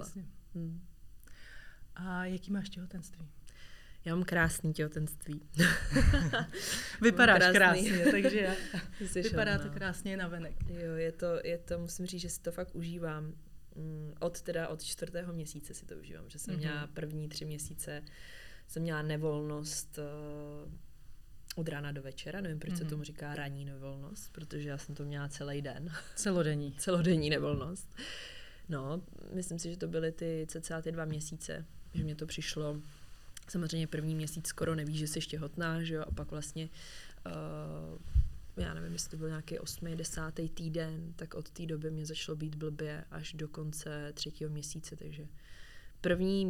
A jaký máš těhotenství? Já mám krásný těhotenství. Vypadáš krásně, takže vypadá to krásně navenek. Jo, je to, musím říct, že si to fakt užívám. Od 4. měsíce si to užívám, že jsem měla první 3 měsíce jsem měla nevolnost od rána do večera, nevím, proč se tomu říká ranní nevolnost, protože já jsem to měla celý den. Celodenní nevolnost. No, myslím si, že to byly cca ty 2 měsíce, že mě to přišlo. Samozřejmě první měsíc skoro nevíš, že jsi těhotná, že jo, a pak vlastně, já nevím, jestli to byl nějaký 8., 10. týden, tak od té doby mě začalo být blbě až do konce 3. měsíce, takže první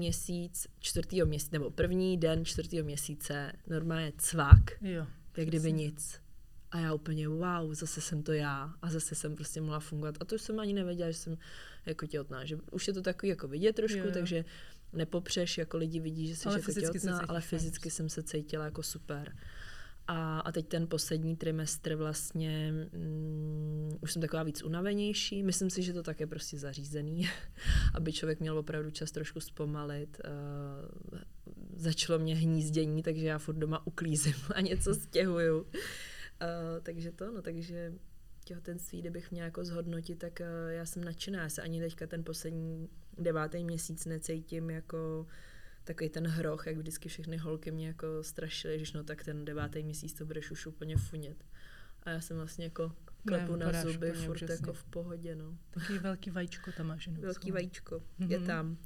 den 4. měsíce normálně cvak, jak kdyby nic. A já úplně wow, zase jsem to já a zase jsem prostě mohla fungovat. A to jsem ani nevěděla, že jsem jako těhotná, že už je to takový jako vidět trošku, takže nepopřeš, jako lidi vidí, že jsi jako těhotná, ale fyzicky jsem se cítila jako super. A teď ten poslední trimestr vlastně už jsem taková víc unavenější. Myslím si, že to tak je prostě zařízený, aby člověk měl opravdu čas trošku zpomalit. Začalo mě hnízdění, takže já furt doma uklízím a něco stěhuju. Takže těhotenství, kdybych měla jako zhodnotit, tak já jsem nadšená. Já se ani teďka ten poslední 9. měsíc necítím jako takový ten hroch, jak vždycky všechny holky mě jako strašily, že no tak ten 9. měsíc to budeš už úplně funět. A já jsem vlastně jako klepu na zuby, furt úžasně. Jako v pohodě, no. Takový velký vajíčko tam máš. Velký vajíčko, je tam.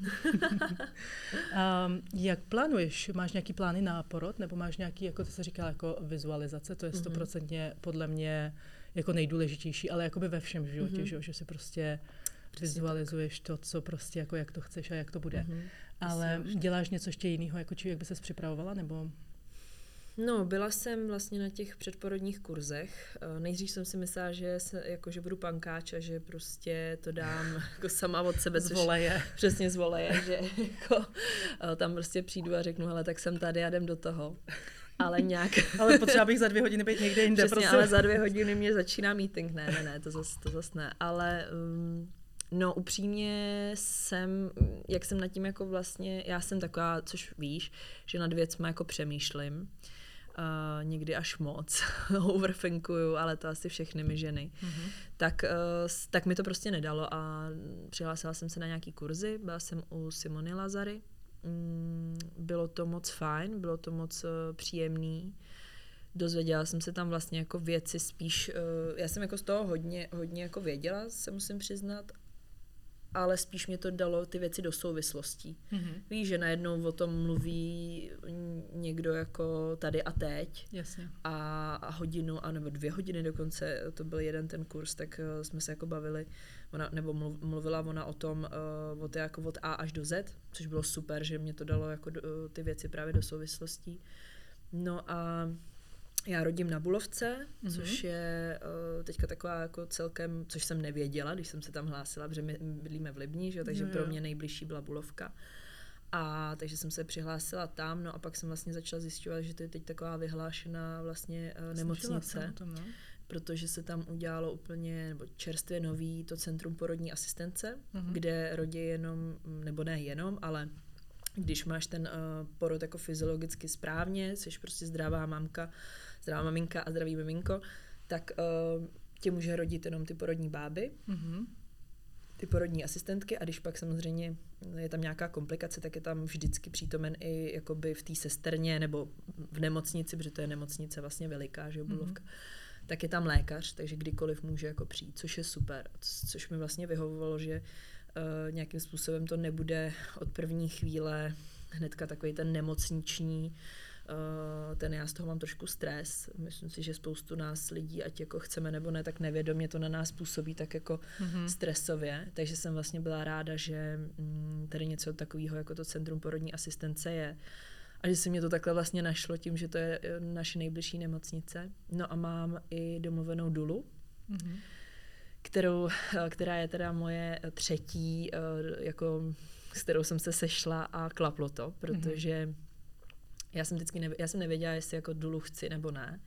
Jak plánuješ? Máš nějaký plány na porod? Nebo máš nějaký, jako ty se říkala, jako vizualizace? To je 100% podle mě jako nejdůležitější, ale jakoby ve všem životě, že si prostě vizualizuješ to, co prostě jako jak to chceš a jak to bude. Ale děláš něco ještě jiného, jako či jak by ses připravovala, nebo? No, byla jsem vlastně na těch předporodních kurzech. Nejdřív jsem si myslela, že budu pankáč a že prostě to dám jako sama od sebe. Z voleje. Přesně z voleje, že jako, tam prostě přijdu a řeknu, hele, tak jsem tady a jdem do toho. Ale nějak... ale potřeba bych za 2 hodiny být někde jinde. Přesně, ale za 2 hodiny mě začíná meeting. Ne, to zas ne. Ale... No upřímně jak jsem nad tím jako vlastně, já jsem taková, což víš, že nad věcma jako přemýšlím, někdy až moc, overthinkuju, ale to asi všechny my ženy, tak mi to prostě nedalo a přihlásila jsem se na nějaký kurzy, byla jsem u Simony Lazary, bylo to moc fajn, bylo to moc příjemný, dozvěděla jsem se tam vlastně jako věci spíš, já jsem jako z toho hodně jako věděla, se musím přiznat, ale spíš mě to dalo ty věci do souvislostí. Víš, že najednou o tom mluví někdo jako tady a teď. Jasně. A hodinu, nebo 2 hodiny dokonce, to byl jeden ten kurz, tak jsme se jako bavili, mluvila ona o tom, jako od A až do Z, což bylo super, že mě to dalo jako ty věci právě do souvislostí. No a já rodím na Bulovce, což je teďka taková jako celkem, což jsem nevěděla, když jsem se tam hlásila, protože my bydlíme v Libni, že? Takže pro mě nejbližší byla Bulovka. A takže jsem se přihlásila tam, no a pak jsem vlastně začala zjišťovat, že to je teď taková vyhlášená vlastně nemocnice, protože se tam udělalo úplně, nebo čerstvě nový to centrum porodní asistence, kde rodí jenom, nebo ne jenom, ale když máš ten porod jako fyziologicky správně, jsi prostě zdravá maminka a zdravý miminko, tak tě může rodit jenom ty porodní báby, ty porodní asistentky a když pak samozřejmě je tam nějaká komplikace, tak je tam vždycky přítomen i jakoby v té sesterně nebo v nemocnici, protože to je nemocnice vlastně veliká, že Bulovka, tak je tam lékař, takže kdykoliv může jako přijít, což je super, což mi vlastně vyhovovalo, že nějakým způsobem to nebude od první chvíle hnedka takový ten nemocniční, já z toho mám trošku stres. Myslím si, že spoustu nás lidí, ať jako chceme nebo ne, tak nevědomě to na nás působí tak jako stresově. Takže jsem vlastně byla ráda, že tady něco takového jako to centrum porodní asistence je. A že se mě to takhle vlastně našlo tím, že to je naše nejbližší nemocnice. No a mám i domluvenou dulu, která je teda moje třetí, jako, s kterou jsem se sešla a klaplo to, protože já jsem nevěděla, jestli jako dulu chci nebo ne.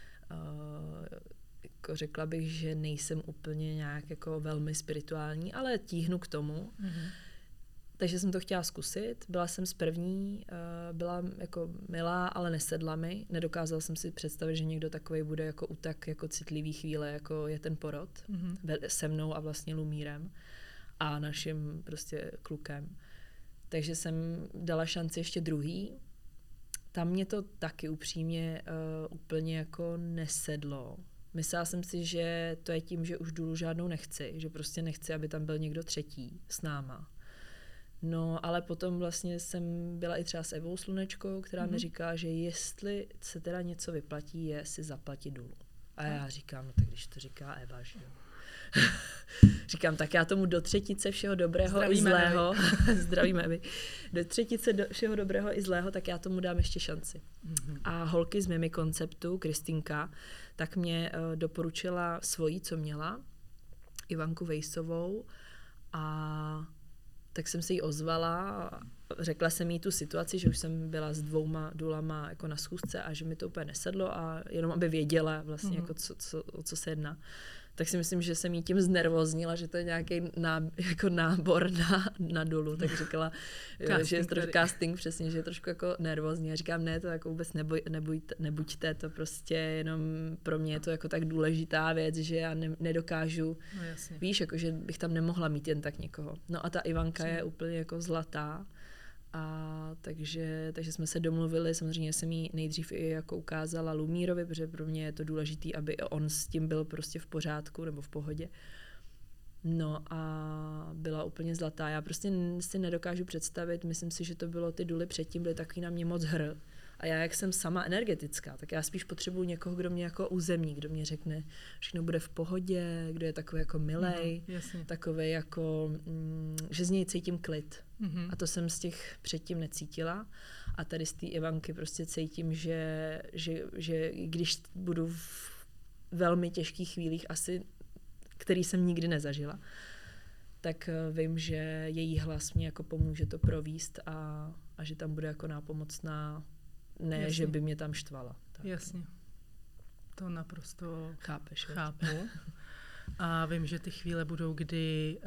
Jako řekla bych, že nejsem úplně nějak jako velmi spirituální, ale tíhnu k tomu. Takže jsem to chtěla zkusit. Byla jsem z první, byla jako milá, ale nesedla mi. Nedokázala jsem si představit, že někdo takovej bude jako u tak jako citlivý chvíle, jako je ten porod. Se mnou a vlastně Lumírem a naším prostě klukem. Takže jsem dala šanci ještě druhý. Tam mě to taky upřímně úplně jako nesedlo. Myslela jsem si, že to je tím, že už dulu žádnou nechci, že prostě nechci, aby tam byl někdo třetí s náma. No, ale potom vlastně jsem byla i třeba s Evou Slunečkou, která mi říká, že jestli se teda něco vyplatí, je si zaplatit dulu. A já říkám, no tak když to říká Eva, že jo. Říkám, tak já tomu do třetice všeho dobrého i zlého, zdravíme Evi, do třetice všeho dobrého i zlého, tak já tomu dám ještě šanci. A holky z Mimi konceptu, Kristýnka, tak mě doporučila svojí, co měla, Ivanku Vejsovou, a tak jsem se jí ozvala, řekla jsem jí tu situaci, že už jsem byla s 2 dulama jako na schůzce a že mi to úplně nesedlo a jenom aby věděla vlastně, jako o co se jedná. Tak si myslím, že jsem jí tím znervoznila, že to je nějaký jako nábor na dulu, tak říkala, že je trošku casting, přesně, že je trošku jako nervózní. A říkám, ne, to jako vůbec nebuďte, to prostě jenom pro mě je to jako tak důležitá věc, že já nedokážu, víš, jako, že bych tam nemohla mít jen tak někoho. No a ta Ivanka je úplně jako zlatá. A takže jsme se domluvili, samozřejmě jsem jí nejdřív i jako ukázala Lumírovi, protože pro mě je to důležitý, aby on s tím byl prostě v pořádku nebo v pohodě. No a byla úplně zlatá. Já prostě si nedokážu představit, myslím si, že to bylo ty duly předtím, byly takový na mě moc A já, jak jsem sama energetická, tak já spíš potřebuji někoho, kdo mě jako uzemní, kdo mě řekne, všechno bude v pohodě, kdo je takový jako milej, takový jako, že z něj cítím klid. A to jsem z těch předtím necítila. A tady z té Ivanky prostě cítím, že když budu v velmi těžkých chvílích, asi, který jsem nikdy nezažila, tak vím, že její hlas mě jako pomůže to províst a že tam bude jako nápomocná, ne, jasně, že by mě tam štvala. Tak. Jasně. To naprosto chápeš. Chápu. A vím, že ty chvíle budou, kdy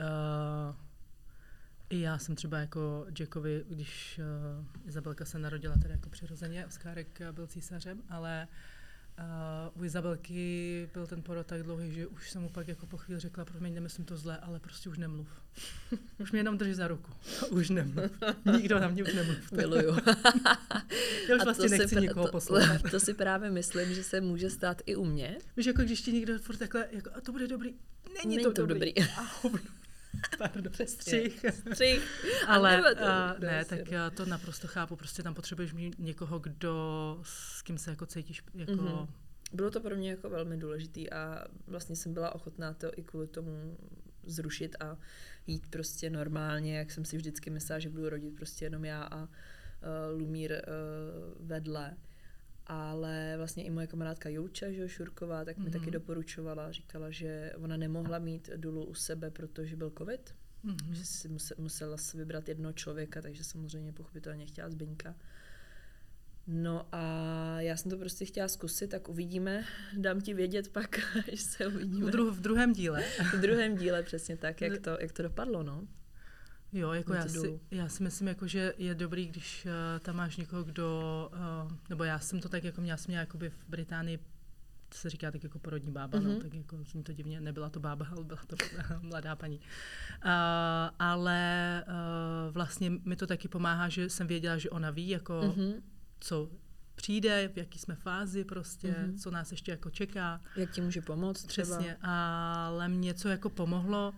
i já jsem třeba jako Jackovi, když Izabelka se narodila tedy jako přirozeně, Oskárek byl císařem, ale u Izabelky byl ten porod tak dlouhý, že už jsem mu pak jako po chvíli řekla, promiň, nemyslím to zle, ale prostě už nemluv. Už mě jenom drží za ruku. Už nemluv. Nikdo na mě už nemluv. Miluju. Já už vlastně nechci nikoho poslouchat. To si právě myslím, že se může stát i u mě. Víš, jako když ti někdo furt takhle, jako, a to bude dobrý. Není to dobrý. Pardon, střih. Ale ne, tak to naprosto chápu. Prostě tam potřebuješ mít někoho, s kým se jako cítíš jako... Bylo to pro mě jako velmi důležitý a vlastně jsem byla ochotná to i kvůli tomu zrušit a jít prostě normálně, jak jsem si vždycky myslela, že budu rodit prostě jenom já a Lumír vedle. Ale vlastně i moje kamarádka Jouča, že Šurková, tak mi taky doporučovala, říkala, že ona nemohla mít Dulu u sebe, protože byl covid, že si musela si vybrat jednoho člověka, takže samozřejmě pochopitelně chtěla Zbyňka. No a já jsem to prostě chtěla zkusit, tak uvidíme, dám ti vědět pak, až se uvidíme. V druhém díle. V druhém díle, přesně tak, jak to dopadlo, no. Jo, jako já si myslím, jako, že je dobrý, když tam máš někoho, nebo já jsem to tak, jako měla jakoby v Británii, to se říká tak jako porodní bába, no, tak jako zní to divně, nebyla to bába, ale byla to mladá paní. Ale vlastně mi to taky pomáhá, že jsem věděla, že ona ví, jako co přijde, v jaký jsme fázi prostě, co nás ještě jako čeká. Jak ti může pomoct třeba. Přesně, ale mě co jako pomohlo,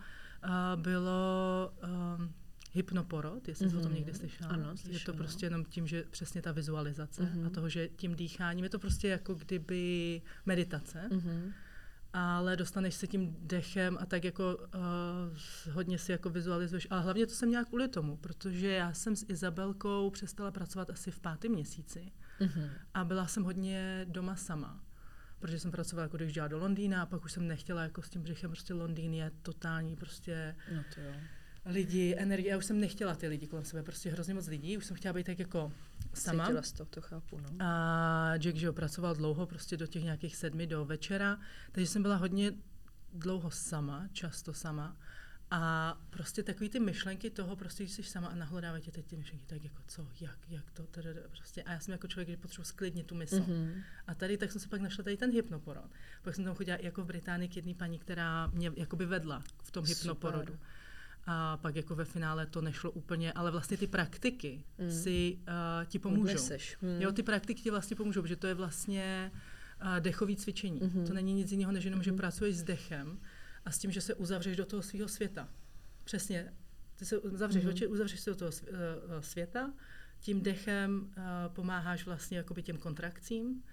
bylo hypnoporod, jestli jsi o tom někdy slyšela. Ano, je to prostě jenom tím, že přesně ta vizualizace a toho, že tím dýcháním, je to prostě jako kdyby meditace, ale dostaneš se tím dechem a tak jako hodně si jako vizualizuješ, ale hlavně to jsem měla kvůli tomu, protože já jsem s Izabelkou přestala pracovat asi v 5. měsíci a byla jsem hodně doma sama. Protože jsem pracovala, jako když jela do Londýna a pak už jsem nechtěla jako s tím břichem, prostě Londýn je totální prostě lidi, energie, já už jsem nechtěla ty lidi kolem sebe, prostě hrozně moc lidí, už jsem chtěla být tak jako sama. Cítila jsi to chápu, no. A Jack, že pracoval dlouho, prostě do těch nějakých 7 do večera, takže jsem byla hodně dlouho sama, často sama. A prostě takový ty myšlenky toho, prostě, když jsi sama a nahlodávají tě teď ty myšlenky, tak jako co, jak to, prostě. A já jsem jako člověk, když potřebuji sklidnit tu mysl. A tady tak jsem si pak našla tady ten hypnoporod. Pak jsem tam chodila jako v Británii k jedné paní, která mě jakoby vedla v tom hypnoporodu. A pak jako ve finále to nešlo úplně, ale vlastně ty praktiky ti pomůžou. Jo, ty praktiky ti vlastně pomůžou, protože to je vlastně dechový cvičení. To není nic jiného, než jenom, že pracuješ s dechem a s tím, že se uzavřeš do toho svého světa. Přesně. Ty se uzavřeš oči, uzavřeš se do toho světa, tím dechem pomáháš vlastně jakoby těm kontrakcím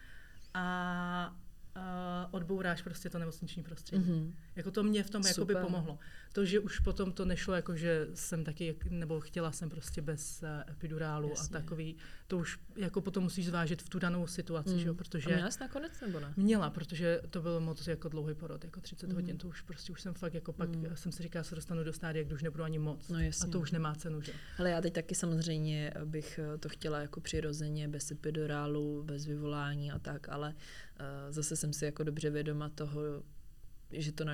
a odbouráš prostě to nemocniční prostředí. Jako to mě v tom jakoby pomohlo. To, že už potom to nešlo, jako že jsem taky, nebo chtěla jsem prostě bez epidurálu. Jasně. A takový, to už jako potom musíš zvážit v tu danou situaci, že jo, protože... A měla jsi nakonec, nebo ne? Měla, protože to bylo moc jako dlouhý porod, jako 30 hodin, to už prostě už jsem fakt jako pak jsem si říkala, se dostanu do stádia, kdy už nebudu ani moc. No, jasně. A to už nemá cenu, že? Ale já teď taky samozřejmě bych to chtěla jako přirozeně, bez epidurálu, bez vyvolání a tak, ale zase jsem si jako dobře vědoma toho, že to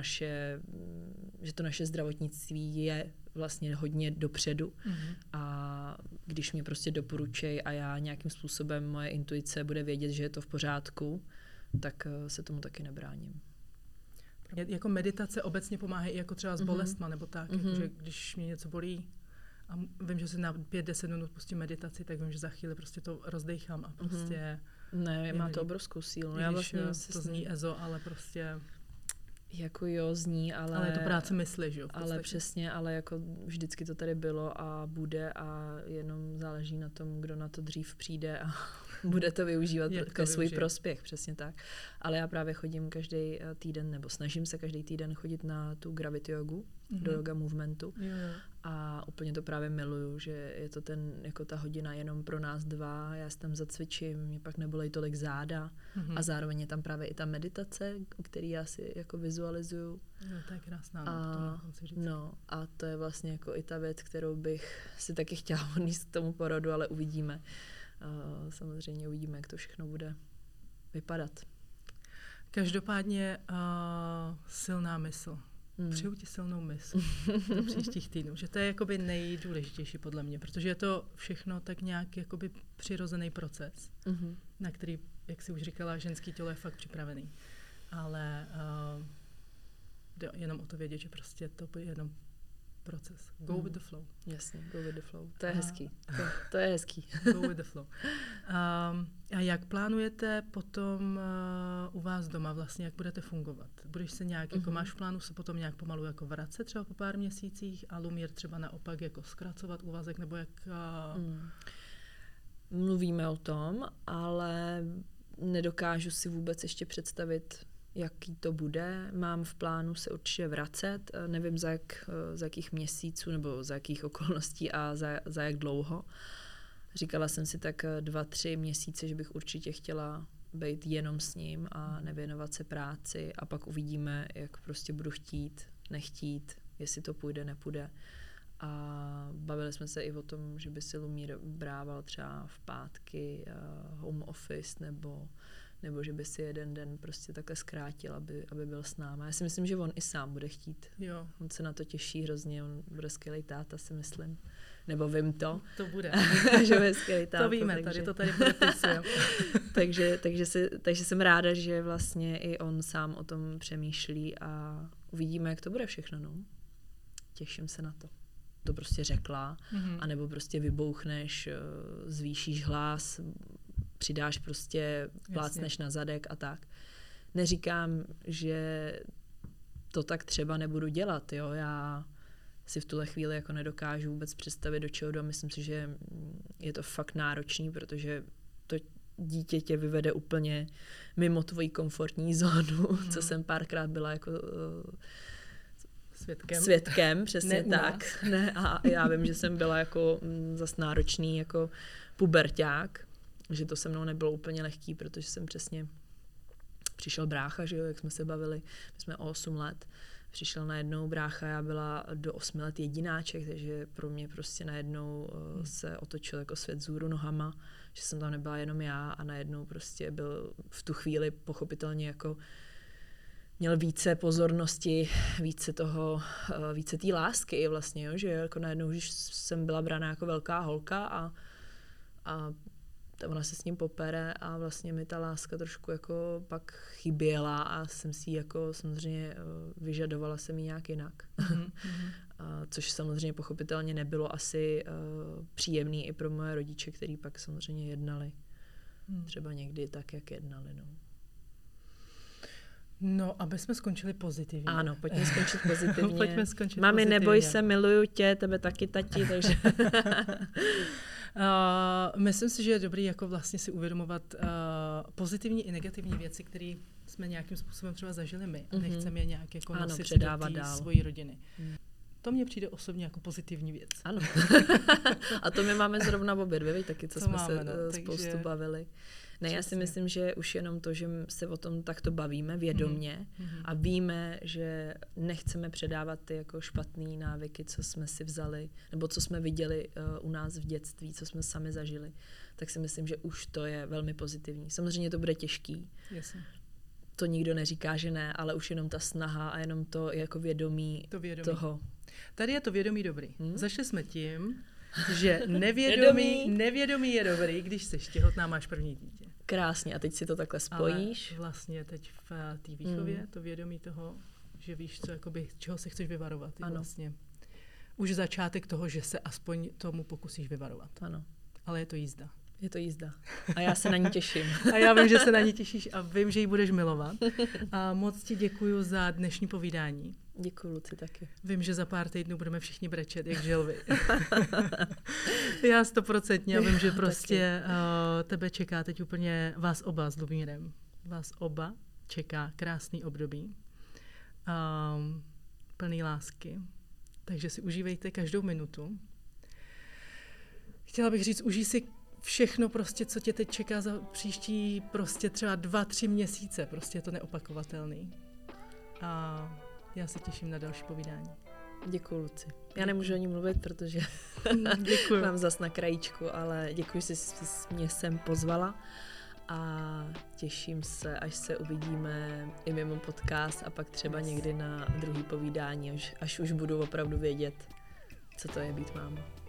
naše zdravotnictví je vlastně hodně dopředu a když mě prostě doporučej a já nějakým způsobem moje intuice bude vědět, že je to v pořádku, tak se tomu taky nebráním. Jako meditace obecně pomáhá i jako třeba s bolestma nebo tak, jakože když mě něco bolí a vím, že si na 5-10 minut pustím meditaci, tak vím, že za chvíli prostě to rozdejchám a prostě... Ne, má to obrovskou sílu. Já vlastně to zní ezo, ale prostě... Jako jo, zní, ale... je to práce mysli, že jo? Ale přesně, ale jako vždycky to tady bylo a bude a jenom záleží na tom, kdo na to dřív přijde a bude to využívat Jak to ke svůj využije. prospěch, přesně tak. Ale já právě chodím každý týden, nebo snažím se každý týden chodit na tu gravity jogu, do yoga movementu. Jo. A úplně to právě miluju, že je to jako ta hodina jenom pro nás dva, já se tam zacvičím, mě pak nebolej tolik záda a zároveň je tam právě i ta meditace, který já si jako vizualizuju. Jo, to je krásná. A to je vlastně jako i ta věc, kterou bych si taky chtěla odníst k tomu porodu, ale uvidíme. Samozřejmě uvidíme, jak to všechno bude vypadat. Každopádně silná mysl. Přeju ti silnou mysl do příštích týdnů, že to je jakoby nejdůležitější podle mě, protože je to všechno tak nějak jakoby přirozený proces, na který, jak jsi už říkala, ženský tělo je fakt připravený. Ale jde jenom o to vědět, že prostě to je jenom proces. Go with the flow. Jasně, go with the flow. To je hezký. To je hezký. Go with the flow. A jak plánujete potom u vás doma vlastně, jak budete fungovat? Budeš se nějak, jako máš v plánu se potom nějak pomalu jako vracet třeba po pár měsících a Lumír třeba naopak jako zkracovat úvazek, nebo jak... Mluvíme o tom, ale nedokážu si vůbec ještě představit, jaký to bude. Mám v plánu se určitě vracet, nevím za jakých měsíců nebo za jakých okolností a za jak dlouho. Říkala jsem si tak 2-3 měsíce, že bych určitě chtěla být jenom s ním a nevěnovat se práci a pak uvidíme, jak prostě budu chtít, nechtít, jestli to půjde, nepůjde. A bavili jsme se i o tom, že by si Lumír brával třeba v pátky home office nebo že by si jeden den prostě takhle zkrátil, aby byl s náma. Já si myslím, že on i sám bude chtít. Jo. On se na to těší hrozně, on bude skvělý táta, si myslím. Nebo vím to. To bude. Že bude skvělý táta. To víme, takže... to tady podepisujeme. takže jsem ráda, že vlastně i on sám o tom přemýšlí a uvidíme, jak to bude všechno. No. Těším se na to. To prostě řekla, anebo prostě vybouchneš, zvýšíš hlas, přidáš prostě, plácneš na zadek a tak. Neříkám, že to tak třeba nebudu dělat, jo, já si v tuhle chvíli jako nedokážu vůbec představit, do čeho jdu a myslím si, že je to fakt náročný, protože to dítě tě vyvede úplně mimo tvoji komfortní zónu, co jsem párkrát byla jako svědkem, přesně tak. Ne, a já vím, že jsem byla jako zas náročný jako puberťák, že to se mnou nebylo úplně lehký, protože jsem přesně přišel brácha, že jo, jak jsme se bavili, my jsme o 8 let, přišel najednou brácha, já byla do 8 let jedináček, takže pro mě prostě najednou se otočil jako svět vzhůru nohama, že jsem tam nebyla jenom já a najednou prostě byl v tu chvíli pochopitelně jako měl více pozornosti, více té lásky i vlastně, jo, že jako najednou, když jsem byla braná jako velká holka a ona se s ním popere a vlastně mi ta láska trošku jako pak chyběla a jsem si jako samozřejmě vyžadovala jsem ji nějak jinak. Což samozřejmě pochopitelně nebylo asi příjemný i pro moje rodiče, kteří pak samozřejmě jednali. Třeba někdy tak, jak jednali, no. No, aby jsme skončili pozitivně. Ano, pojďme skončit pozitivně. Pojďme skončit Mami, pozitivně. neboj se, miluju tě, tebe taky, tati, takže... Myslím si, že je dobrý jako vlastně si uvědomovat pozitivní i negativní věci, které jsme nějakým způsobem třeba zažili my. Nechceme je nějak jako nosit do té svojí rodiny. To mně přijde osobně jako pozitivní věc. Ano. A to my máme zrovna obě dvě, taky, co jsme se spoustu bavili. Ne, já si myslím, že už jenom to, že se o tom takto bavíme vědomně a víme, že nechceme předávat ty jako špatné návyky, co jsme si vzali, nebo co jsme viděli u nás v dětství, co jsme sami zažili, tak si myslím, že už to je velmi pozitivní. Samozřejmě to bude těžký. Jasně. To nikdo neříká, že ne, ale už jenom ta snaha a jenom to jako vědomí toho. Tady je to vědomí dobrý. Začali jsme tím, že nevědomí je dobrý, když jsi těhotná, máš první dítě. Krásně, a teď si to takhle spojíš. Ale vlastně teď v té výchově to vědomí toho, že víš, co, jakoby, čeho se chceš vyvarovat. Je vlastně už začátek toho, že se aspoň tomu pokusíš vyvarovat. Ano. Ale je to jízda. Je to jízda. A já se na ní těším. A já vím, že se na ní těšíš a vím, že ji budeš milovat. A moc ti děkuju za dnešní povídání. Děkuji, Luci, taky. Vím, že za pár týdnů budeme všichni brečet, jak želvy. Já 100% a vím, že prostě tebe čeká teď úplně, vás oba s Lubomírem, vás oba čeká krásný období, plný lásky, takže si užívejte každou minutu. Chtěla bych říct, užij si všechno prostě, co tě teď čeká za příští prostě třeba 2-3 měsíce, prostě je to neopakovatelný. A já se těším na další povídání. Děkuji, Luci. Já nemůžu o ní mluvit, protože mám zas na krajíčku, ale děkuji, že jsi mě sem pozvala a těším se, až se uvidíme i mimo podcast a pak třeba někdy na druhý povídání, až už budu opravdu vědět, co to je být máma.